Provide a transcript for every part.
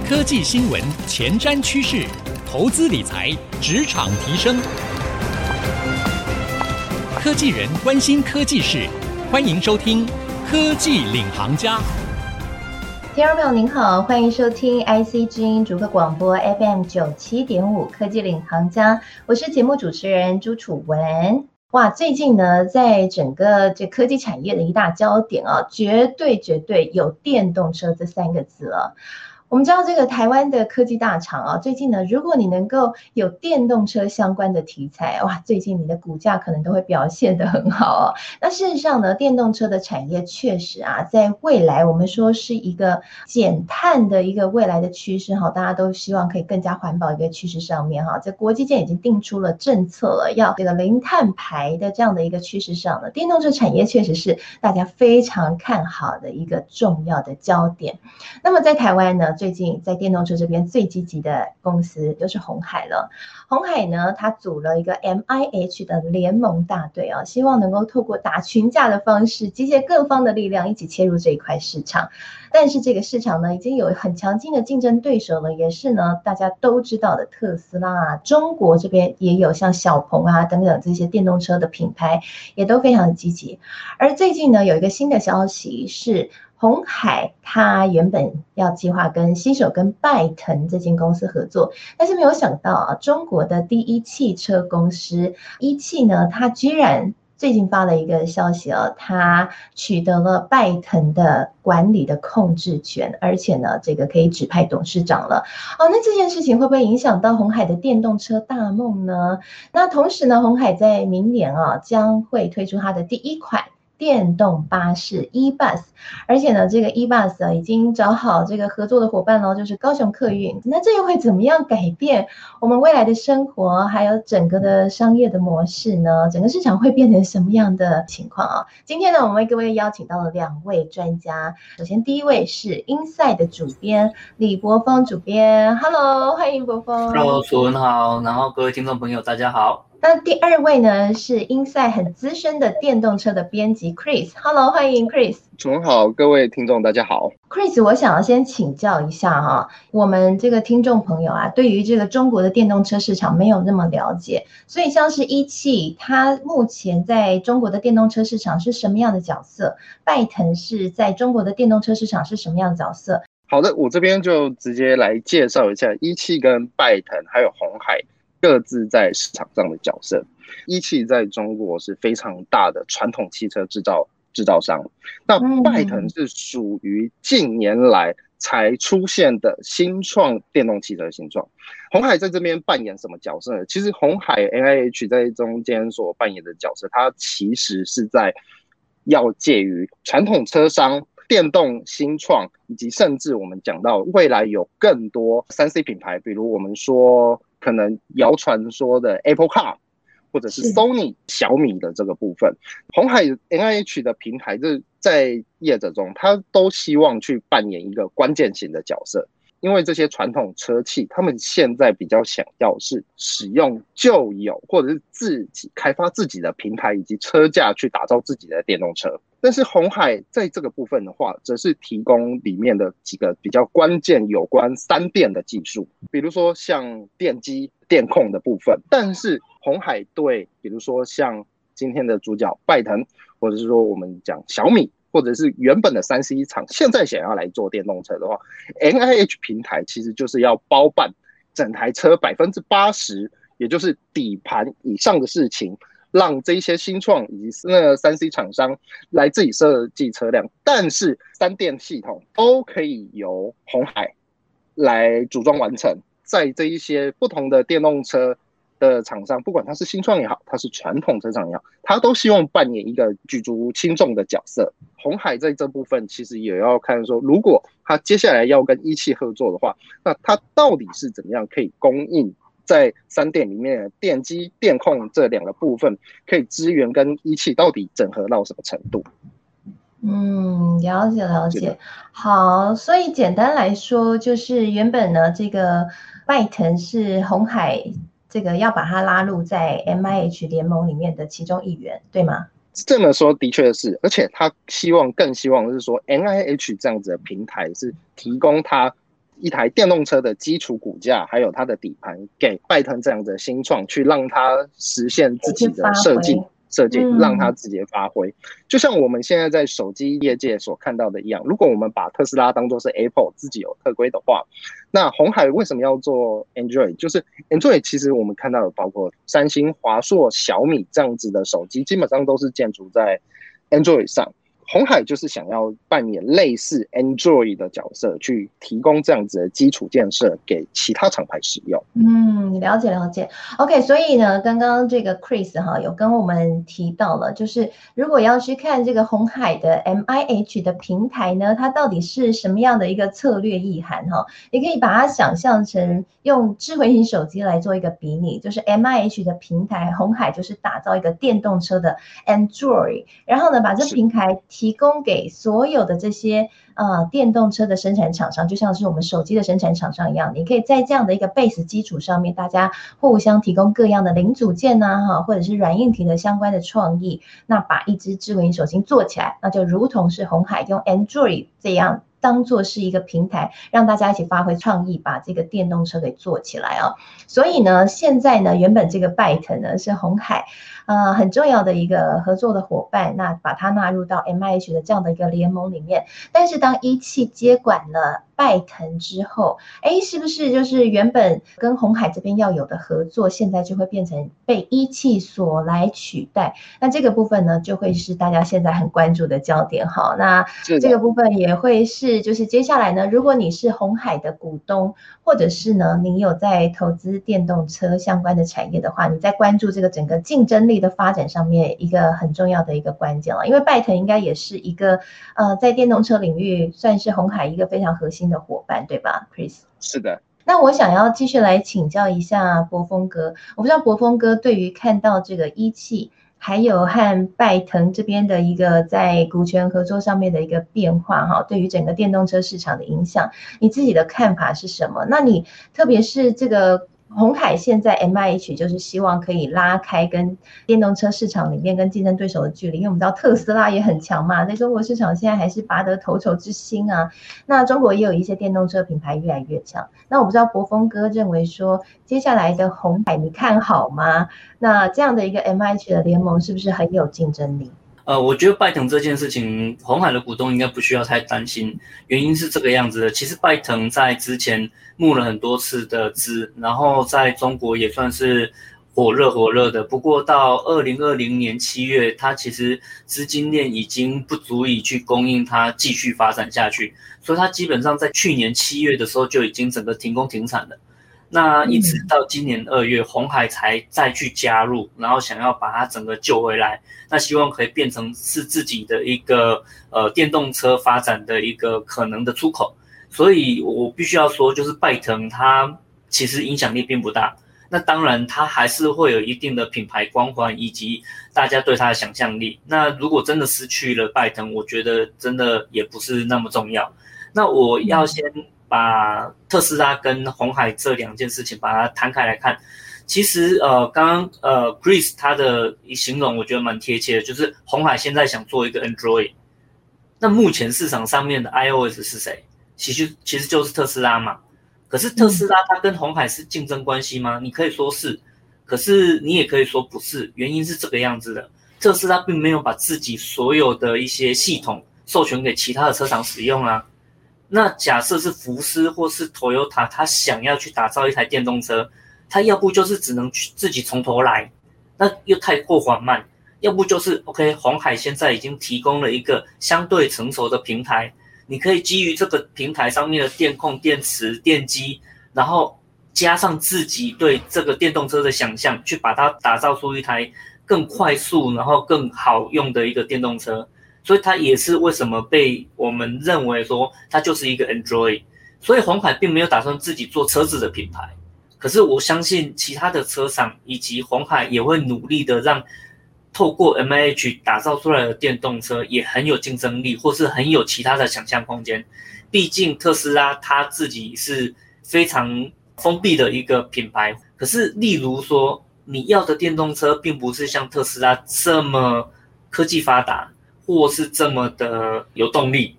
科技新闻、前瞻趋势、投资理财、职场提升，科技人关心科技事，欢迎收听《科技领航家》。 听众朋友您好，欢迎收听 IC 之音逐客广播 FM 97.5科技领航家，我是节目主持人朱楚文。哇，最近呢，在整个这科技产业的一大焦点啊，绝对有电动车这3个字了。我们知道这个台湾的科技大厂啊，最近呢，如果你能够有电动车相关的题材，哇，最近你的股价可能都会表现得很好哦。那事实上呢，电动车的产业确实啊，在未来我们说是一个减碳的一个未来的趋势哈，大家都希望可以更加环保一个趋势上面哈，在国际间已经定出了政策了，要这个零碳排的这样的一个趋势上呢，电动车产业确实是大家非常看好的一个重要的焦点。那么在台湾呢，最近在电动车这边最积极的公司就是鸿海了。鸿海呢，它组了一个 MIH 的联盟大队啊，希望能够透过打群架的方式，集结各方的力量，一起切入这一块市场。但是这个市场呢，已经有很强劲的竞争对手了，也是呢大家都知道的特斯拉啊，中国这边也有像小鹏啊等等这些电动车的品牌，也都非常的积极。而最近呢，有一个新的消息是，鸿海它原本要计划跟携手跟拜腾这间公司合作，但是没有想到啊，中国的第一汽车公司一汽呢，它居然最近发了一个消息啊，它取得了拜腾的管理的控制权，而且呢，这个可以指派董事长了。哦，那这件事情会不会影响到鸿海的电动车大梦呢？那同时呢，鸿海在明年啊将会推出它的第一款电动巴士 e-bus， 而且呢，这个 e-bus 啊已经找好这个合作的伙伴了，就是高雄客运。那这又会怎么样改变我们未来的生活，还有整个的商业的模式呢？整个市场会变成什么样的情况啊？今天呢，我们为各位邀请到了2位专家。首先第一位是 Inside 的主编李柏锋主编 ，Hello， 欢迎柏锋。 Hello， 楚文好，然后各位听众朋友大家好。 那第2位呢是 Inside 很资深的电动车的编辑 Chris，Hello， 欢迎 Chris。 楚文好，各位听众大家好。 Chris， 我想要先请教一下哈，我们这个听众朋友啊，对于这个中国的电动车市场没有那么了解，所以像是一汽，它目前在中国的电动车市场是什么样的角色？拜腾是在中国的电动车市场是什么样的角色？ 好的，我这边就直接来介绍一下一汽跟拜腾还有鸿海各自在市场上的角色。一汽在中国是非常大的传统汽车制造商，那拜腾是属于近年来才出现的新创电动汽车新创。鸿海在这边扮演什么角色呢？其实鸿海 MIH 在中间所扮演的角色，它其实是在要介于传统车商、电动新创，以及甚至我们讲到未来有更多 3C 品牌，比如我们说可能谣传说的 Apple Car， 或者是 Sony 小米的这个部分。鸿海 NIH 的平台在业者中，他都希望去扮演一个关键型的角色，因为这些传统车企他们现在比较想要是使用旧有或者是自己开发自己的平台以及车架去打造自己的电动车。但是鸿海在这个部分的话，则是提供里面的几个比较关键有关3电的技术，比如说像电机、电控的部分。但是鸿海对比如说像今天的主角拜腾，或者是说我们讲小米，或者是原本的 3C 厂，现在想要来做电动车的话， NIH 平台其实就是要包办整台车 80%， 也就是底盘以上的事情，让这些新创以及3C 厂商来自己设计车辆，但是3电系统都可以由鸿海来组装完成。在这一些不同的电动车的厂商，不管它是新创也好，它是传统车厂也好，它都希望扮演一个举足轻重的角色。鸿海在这部分其实也要看说，如果它接下来要跟一汽合作的话，那它到底是怎么样可以供应在3电里面的电机、电控这2个部分，可以支援跟一汽到底整合到什么程度？ 了解。好，所以简单来说，就是原本呢，这个拜腾是鸿海这个要把它拉入在 MIH 联盟里面的其中一员，对吗？ 这么说的确是，而且他更希望是说 NIH 这样子的平台是提供他一台电动车的基础骨架，还有它的底盘，给拜腾这样的新创，去让它实现自己的设计，让它直接发挥。就像我们现在在手机业界所看到的一样，如果我们把特斯拉当作是 Apple 自己有特规的话，那鸿海为什么要做 Android？ 就是 Android 其实我们看到的包括三星、华硕、小米这样子的手机，基本上都是建筑在 Android 上。鸿海就是想要扮演类似 Android 的角色，去提供这样子的基础建设给其他厂牌使用。 了解了解。OK， 所以呢，刚刚这个 Chris 有跟我们提到了，就是如果要去看这个鸿海的 MIH 的平台呢，它到底是什么样的一个策略意涵你可以把它想象成用智慧型手机来做一个比拟，就是 MIH 的平台，鸿海就是打造一个电动车的 Android， 然后呢，把这平台提供给所有的这些电动车的生产厂商，就像是我们手机的生产厂商一样，你可以在这样的一个 base 基础上面，大家互相提供各样的零组件或者是软硬体的相关的创意，那把一只智慧型手机做起来，那就如同是鸿海用 Android 这样当做是一个平台，让大家一起发挥创意，把这个电动车给做起来所以呢，现在呢，原本这个拜腾呢是鸿海很重要的一个合作的伙伴，那把它纳入到 MIH 的这样的一个联盟里面。但是当一汽接管了拜腾之后，是不是就是原本跟鸿海这边要有的合作，现在就会变成被一汽所来取代？那这个部分呢，就会是大家现在很关注的焦点那这个部分也会是，就是接下来呢，如果你是鸿海的股东，或者是呢，你有在投资电动车相关的产业的话，你在关注这个整个竞争力的发展上面一个很重要的一个关键因为拜腾应该也是一个在电动车领域算是鸿海一个非常核心的伙伴，对吧 Chris？ 是的。 那我想要继续来请教一下柏峰哥，我不知道柏峰哥对于看到这个一汽还有和拜腾这边的一个在股权合作上面的一个变化对于整个电动车市场的影响，你自己的看法是什么？那你特别是这个鸿海现在 MIH 就是希望可以拉开跟电动车市场里面跟竞争对手的距离，因为我们知道特斯拉也很强嘛，在中国市场现在还是拔得头筹之星那中国也有一些电动车品牌越来越强。那我不知道柏峰哥认为说接下来的鸿海你看好吗？那这样的一个 MIH 的联盟是不是很有竞争力？ 我觉得拜腾这件事情，鸿海的股东应该不需要太担心。原因是这个样子的，其实拜腾在之前募了很多次的资，然后在中国也算是火热的。不过到2020年7月，它其实资金链已经不足以去供应它继续发展下去，所以它基本上在去年7月的时候就已经整个停工停产了。那一直到今年2月，鸿海才再去加入，然后想要把它整个救回来，那希望可以变成是自己的一个电动车发展的一个可能的出口。所以我必须要说，就是拜腾它其实影响力并不大，那当然它还是会有一定的品牌光环以及大家对它的想象力。那如果真的失去了拜腾，我觉得真的也不是那么重要。那我要先把特斯拉跟鸿海这两件事情把它摊开来看，其实刚刚Chris 他的形容我觉得蛮贴切的，就是鸿海现在想做一个 Android， 那目前市场上面的 iOS 是谁？其实就是特斯拉嘛。可是特斯拉它跟鸿海是竞争关系吗？你可以说是，可是你也可以说不是。原因是这个样子的，特斯拉并没有把自己所有的一些系统授权给其他的车厂使用那假设是福斯或是 Toyota， 他想要去打造一台电动车，他要不就是只能去自己从头来，那又太过缓慢；要不就是 OK， 鸿海现在已经提供了一个相对成熟的平台，你可以基于这个平台上面的电控、电池、电机，然后加上自己对这个电动车的想象，去把它打造出一台更快速然后更好用的一个电动车。所以它也是为什么被我们认为说它就是一个 Android。 所以鸿海并没有打算自己做车子的品牌，可是我相信其他的车厂以及鸿海也会努力的让透过 MIH 打造出来的电动车也很有竞争力，或是很有其他的想象空间。毕竟特斯拉它自己是非常封闭的一个品牌，可是例如说你要的电动车并不是像特斯拉这么科技发达或是这么的有动力，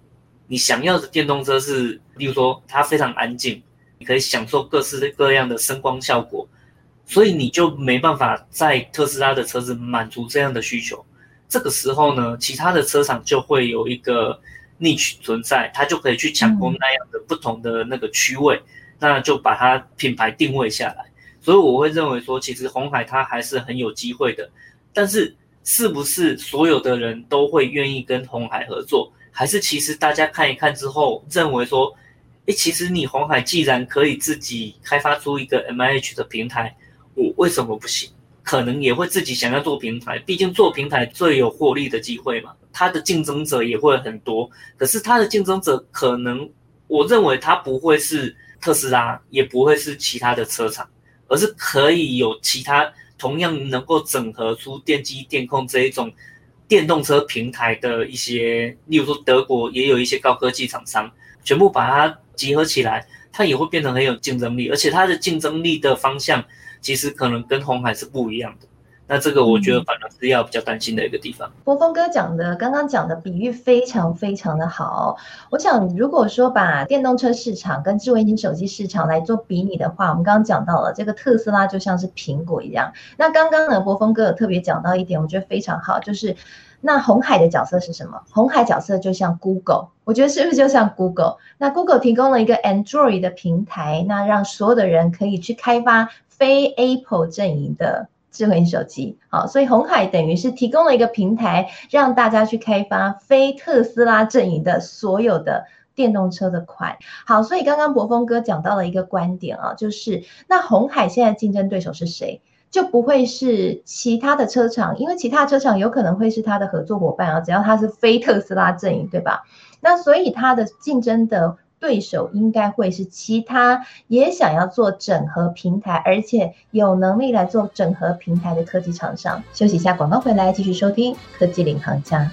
你想要的电动车是，例如说它非常安静，你可以享受各式各样的声光效果，所以你就没办法在特斯拉的车子满足这样的需求。这个时候呢，其他的车厂就会有一个niche存在，它就可以去抢攻那样的不同的那个区位，那就把它品牌定位下来。所以我会认为说，其实鸿海它还是很有机会的，但是是不是所有的人都会愿意跟鸿海合作？还是其实大家看一看之后认为说，其实你鸿海既然可以自己开发出一个 MIH 的平台，我为什么不行？可能也会自己想要做平台，毕竟做平台最有获利的机会嘛。它的竞争者也会很多，可是它的竞争者可能，我认为它不会是特斯拉，也不会是其他的车厂，而是可以有其他同样能够整合出电机电控这一种电动车平台的一些，例如说德国也有一些高科技厂商，全部把它集合起来，它也会变得很有竞争力，而且它的竞争力的方向其实可能跟鸿海是不一样的。那这个我觉得反而是要比较担心的一个地方。 柏峰哥刚刚讲的比喻非常非常的好。我想如果说把电动车市场跟智慧型手机市场来做比拟的话，我们刚刚讲到了这个特斯拉就像是苹果一样。那刚刚呢，柏峰哥有特别讲到一点，我觉得非常好，就是那鸿海的角色是什么？鸿海角色就像 Google， 我觉得是不是就像 Google？ 那 Google 提供了一个 Android 的平台，那让所有的人可以去开发非 Apple 阵营的智慧型手机。好，所以鸿海等于是提供了一个平台，让大家去开发非特斯拉阵营的所有的电动车的款。好，所以刚刚柏峰哥讲到了一个观点啊，就是那鸿海现在竞争对手是谁？就不会是其他的车厂，因为其他车厂有可能会是他的合作伙伴啊，只要他是非特斯拉阵营，对吧？那所以他的竞争的对手应该会是其他也想要做整合平台，而且有能力来做整合平台的科技厂商。休息一下，广告回来继续收听科技领航家。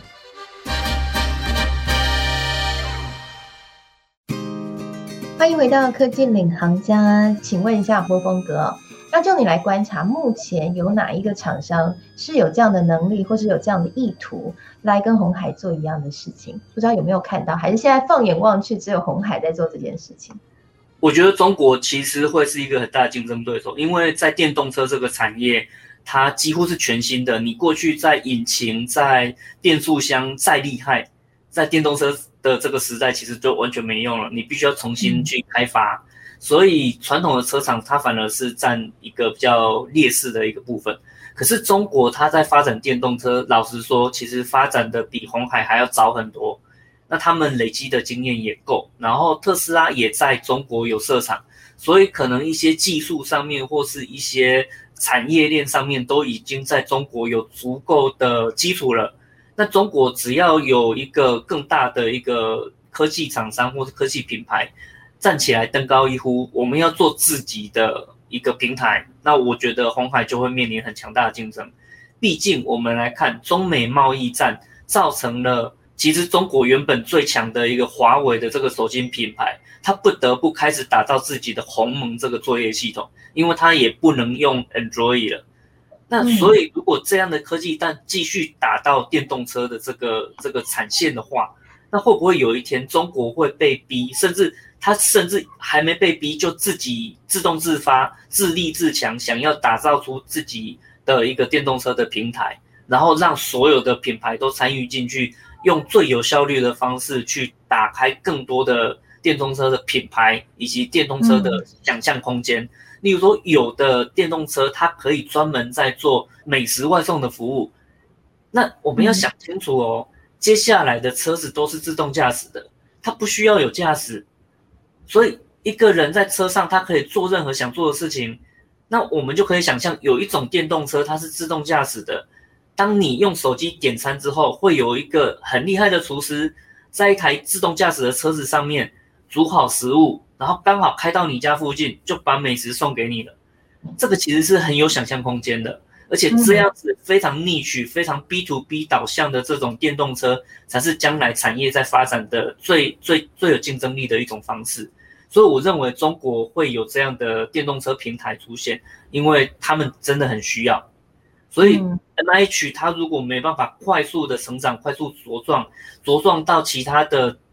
欢迎回到科技领航家，请问一下柏峰哥，那就你来观察，目前有哪一个厂商是有这样的能力，或是有这样的意图来跟鸿海做一样的事情？不知道有没有看到，还是现在放眼望去，只有鸿海在做这件事情？ 我觉得中国其实会是一个很大的竞争对手，因为在电动车这个产业，它几乎是全新的。你过去在引擎、在变速箱再厉害，在电动车的这个时代，其实就完全没用了，你必须要重新去开发。所以传统的车厂它反而是占一个比较劣势的一个部分。可是中国它在发展电动车，老实说其实发展的比鸿海还要早很多，那他们累积的经验也够，然后特斯拉也在中国有设厂，所以可能一些技术上面或是一些产业链上面都已经在中国有足够的基础了。那中国只要有一个更大的一个科技厂商或是科技品牌站起来登高一呼，我们要做自己的一个平台，那我觉得鸿海就会面临很强大的竞争。毕竟我们来看中美贸易战造成了，其实中国原本最强的一个华为的这个手机品牌，它不得不开始打造自己的鸿蒙这个作业系统，因为它也不能用 Android 了。那所以如果这样的科技战继续打到电动车的这个产线的话，那会不会有一天中国会被逼，甚至还没被逼就自己自动自发、自立自强，想要打造出自己的一个电动车的平台，然后让所有的品牌都参与进去，用最有效率的方式去打开更多的电动车的品牌以及电动车的想象空间。例如说有的电动车它可以专门在做美食外送的服务，那我们要想清楚哦，接下来的车子都是自动驾驶的，它不需要有驾驶，所以一个人在车上他可以做任何想做的事情。那我们就可以想象有一种电动车它是自动驾驶的，当你用手机点餐之后，会有一个很厉害的厨师在一台自动驾驶的车子上面煮好食物，然后刚好开到你家附近，就把美食送给你了。这个其实是很有想象空间的，而且这样子非常niche、非常 B2B 导向的这种电动车，才是将来产业在发展的最有竞争力的一种方式。所以我认为中国会有这样的电动车平台出现，因为他们真的很需要。所以 MIH 它如果没办法快速的成长、快速茁壮到其他的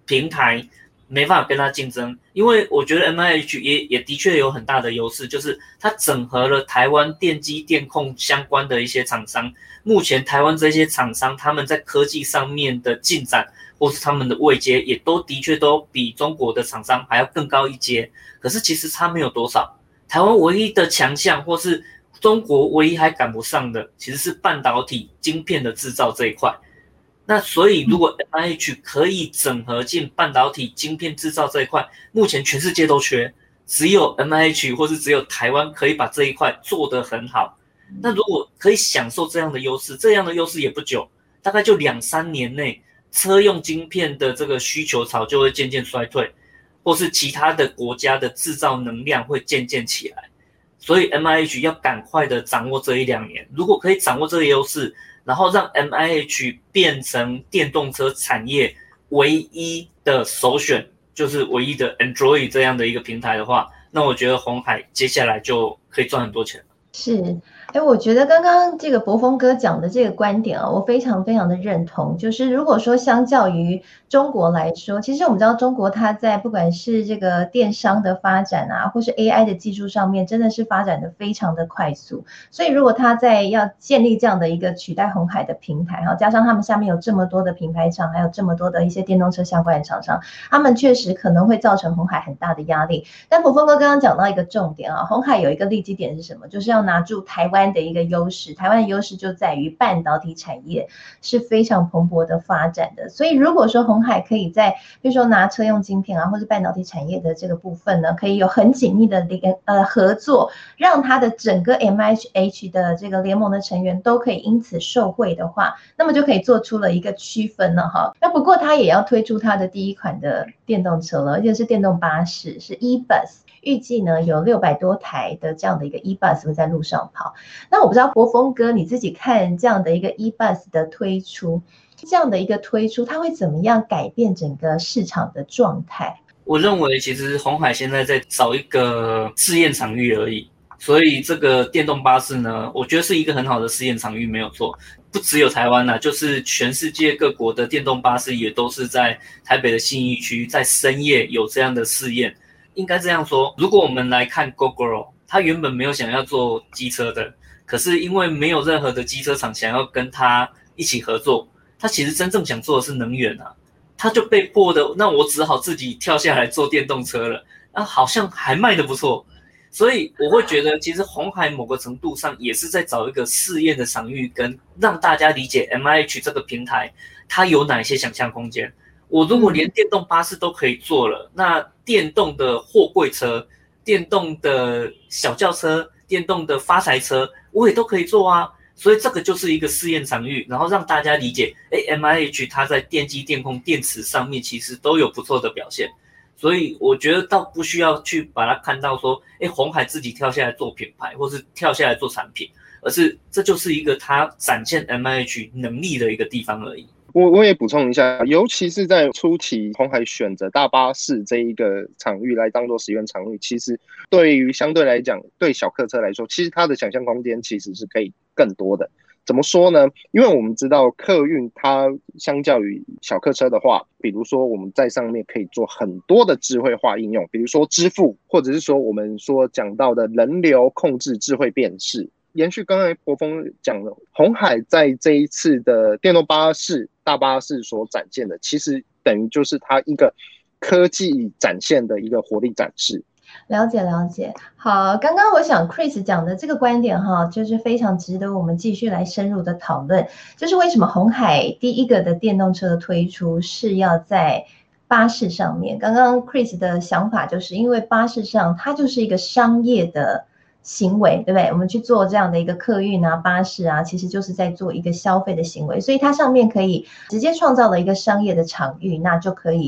平台没办法跟它竞争，因为我觉得 MIH 也的确有很大的优势，就是它整合了台湾电机电控相关的一些厂商。目前台湾这些厂商他们在科技上面的进展或是他们的位阶也都的确都比中国的厂商还要更高一阶，可是其实差没有多少。台湾唯一的强项或是中国唯一还赶不上的其实是半导体晶片的制造这一块。那所以如果 MIH 可以整合进半导体晶片制造这一块，目前全世界都缺，只有 MIH 或是只有台湾可以把这一块做得很好。那如果可以享受这样的优势，这样的优势也不久，大概就2-3年内，车用晶片的这个需求潮就会渐渐衰退，或是其他的国家的制造能量会渐渐起来。所以 MIH 要赶快的掌握这1-2年，如果可以掌握这个优势，然后让 MIH 变成电动车产业唯一的首选，就是唯一的 Android 这样的一个平台的话，那我觉得鸿海接下来就可以赚很多钱。 是，我觉得刚刚这个博峰哥讲的这个观点啊，我非常非常的认同。就是如果说相较于中国来说，其实我们知道中国它在不管是这个电商的发展啊，或是 AI 的技术上面，真的是发展的非常的快速。所以如果它在要建立这样的一个取代鸿海的平台，加上他们下面有这么多的品牌厂，还有这么多的一些电动车相关的厂商，他们确实可能会造成鸿海很大的压力。但博峰哥刚刚讲到一个重点啊，鸿海有一个利基点是什么？就是要拿住台湾的一个优势，台湾的优势就在于半导体产业是非常蓬勃的发展的。所以如果说鸿海可以在比如说拿车用晶片啊，或是半导体产业的这个部分呢，可以有很紧密的合作，让它的整个 MIH 的这个联盟的成员都可以因此受惠的话，那么就可以做出了一个区分了哈。那不过它也要推出它的第一款的电动车了，而且是电动巴士，是 e-bus。预计呢有600多台的这样的一个 e-bus 会在路上跑。那我不知道博峰哥你自己看这样的一个 e-bus 的推出，这样的一个推出，它会怎么样改变整个市场的状态？ 我认为其实鸿海现在在找一个试验场域而已，所以这个电动巴士呢，我觉得是一个很好的试验场域，没有错。不只有台湾啦，就是全世界各国的电动巴士也都是在台北的信义区，在深夜有这样的试验。应该这样说，如果我们来看 Gogoro， 他原本没有想要做机车的，可是因为没有任何的机车厂想要跟他一起合作，他其实真正想做的是能源啊，他就被迫的，那我只好自己跳下来做电动车了，好像还卖得不错。所以我会觉得其实鸿海某个程度上也是在找一个试验的场域，跟让大家理解 MIH 这个平台它有哪些想象空间。我如果连电动巴士都可以做了，那电动的货柜车、电动的小轿车、电动的发财车，我也都可以做啊。所以这个就是一个试验场域，然后让大家理解，MIH 它在电机、电控、电池上面其实都有不错的表现。所以我觉得倒不需要去把它看到说，鸿海自己跳下来做品牌，或是跳下来做产品，而是这就是一个它展现 MIH 能力的一个地方而已。 我也补充一下，尤其是在初期，鸿海选择大巴士这一个场域来当做实验场域，其实对于相对来讲，对小客车来说，其实它的想象空间其实是可以更多的。怎么说呢？因为我们知道客运它相较于小客车的话，比如说我们在上面可以做很多的智慧化应用，比如说支付，或者是说我们说讲到的人流控制、智慧辨识。延续刚才博峰讲的，鸿海在这一次的电动巴士、大巴士所展现的，其实等于就是它一个科技展现的一个活力展示。 了解了解，好，刚刚我想 Chris 讲的这个观点哈，就是非常值得我们继续来深入的讨论，就是为什么鸿海第一个的电动车的推出是要在巴士上面。刚刚 Chris 的想法就是因为巴士上它就是一个商业的行为，对不对？我们去做这样的一个客运啊、巴士啊，其实就是在做一个消费的行为，所以它上面可以直接创造了一个商业的场域，那就可以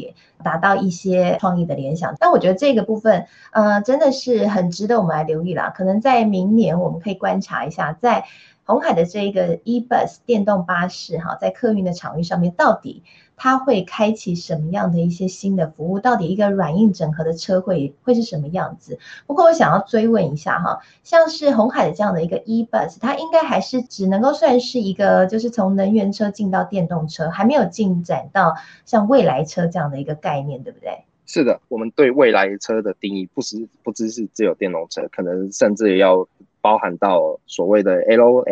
达到一些创意的联想。但我觉得这个部分真的是很值得我们来留意啦，可能在明年我们可以观察一下，在鸿海的这个 e-bus 电动巴士在客运的场域上面，到底它会开启什么样的一些新的服务，到底一个软硬整合的车会是什么样子。不过我想要追问一下像是鸿海的这样的一个 e-bus， 它应该还是只能够算是一个就是从能源车进到电动车，还没有进展到像未来车这样的一个概念，对不对？ 是的，我们对未来车的定义不只是只有电动车，可能甚至也要包含到所谓的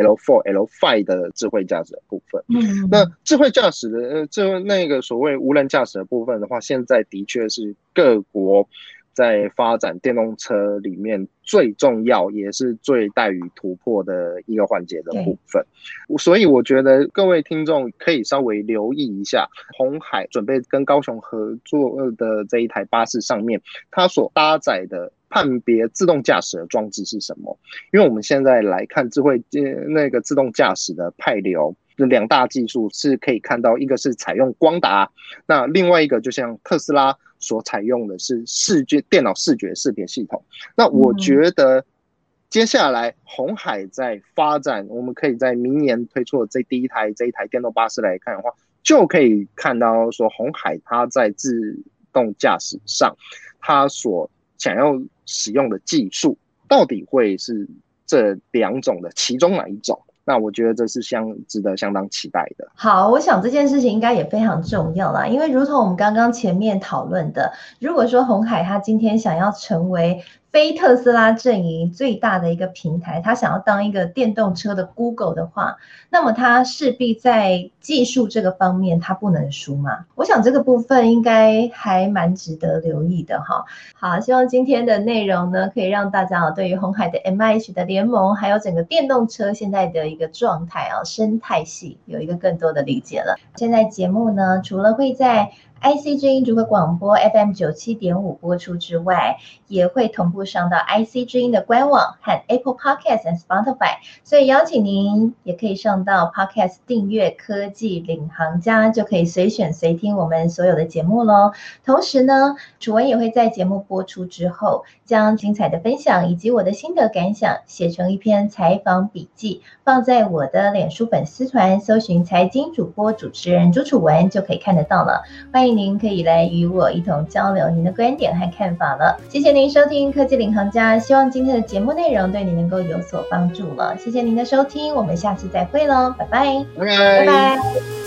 L4、L5 的智慧驾驶的部分。那智慧驾驶的那个所谓无人驾驶的部分的话，现在的确是各国在发展电动车里面最重要也是最待于突破的一个环节的部分。所以我觉得各位听众可以稍微留意一下鸿海准备跟高雄合作的这一台巴士上面它所搭载的判别自动驾驶的装置是什么。因为我们现在来看智慧那个自动驾驶的派流两大技术是可以看到，一个是采用光达，那另外一个就像特斯拉所采用的是电脑视觉识别系统。那我觉得接下来鸿海在发展，我们可以在明年推出的这一台电动巴士来看的话，就可以看到说鸿海它在自动驾驶上它所想要使用的技术到底会是这两种的其中哪一种。那我觉得这是值得相当期待的。 好，我想这件事情应该也非常重要啦，因为如同我们刚刚前面讨论的，如果说鸿海他今天想要成为非特斯拉阵营最大的一个平台，他想要当一个电动车的 Google 的话，那么他势必在技术这个方面他不能输嘛。我想这个部分应该还蛮值得留意的哈。好，希望今天的内容呢，可以让大家对于鸿海的 MIH 的联盟，还有整个电动车现在的一个状态生态系有一个更多的理解了。现在节目呢，除了会在IC 之音竹科广播 FM 97.5 播出之外，也会同步上到 IC 之音的官网和 Apple Podcast 和 Spotify， 所以邀请您也可以上到 Podcast 订阅科技领航家，就可以随选随听我们所有的节目咯。同时呢，楚文也会在节目播出之后，将精彩的分享以及我的心得感想写成一篇采访笔记，放在我的脸书粉丝团，搜寻财经主播主持人朱楚文就可以看得到了。欢迎您可以来与我一同交流您的观点和看法了。谢谢您收听科技领航家，希望今天的节目内容对你能够有所帮助了。谢谢您的收听，我们下次再会咯，拜拜， 拜拜。